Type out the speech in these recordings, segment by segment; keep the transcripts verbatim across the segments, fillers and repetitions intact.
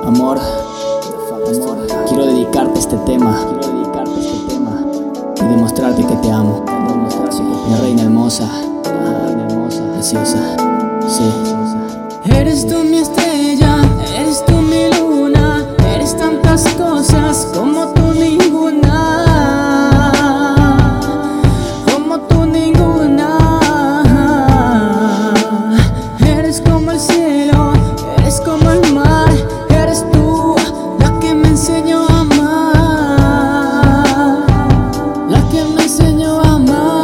Amor, amor, quiero dedicarte este tema, quiero dedicarte este tema y demostrarte que te amo. Mi reina hermosa, reina hermosa, preciosa, sí. Eres tú mi estrella, eres tú mi luna, eres tantas cosas como tú ninguna, como tú ninguna. Eres como el cielo, eres como el mar, eres tú la que me enseñó a amar, la que me enseñó a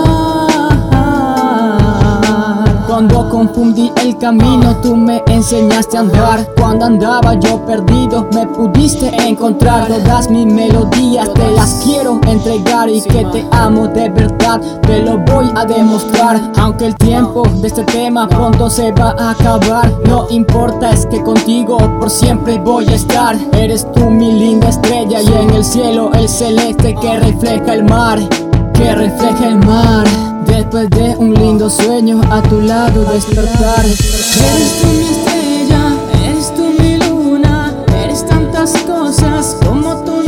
amar. Cuando confundí el camino, tú me enseñaste a andar. Cuando andaba yo perdido, me pudiste encontrar. Todas mis melodías te las quiero entregar, y que te amo de verdad te lo voy a demostrar. Aunque el tiempo de este tema pronto se va a acabar, no importa, es que contigo por siempre voy a estar. Eres tú mi linda estrella, y en el cielo el celeste que refleja el mar, que refleja el mar. Después de un lindo sueño a tu lado despertar. Eres tú mi estrella, eres tú mi luna, eres tantas cosas como tú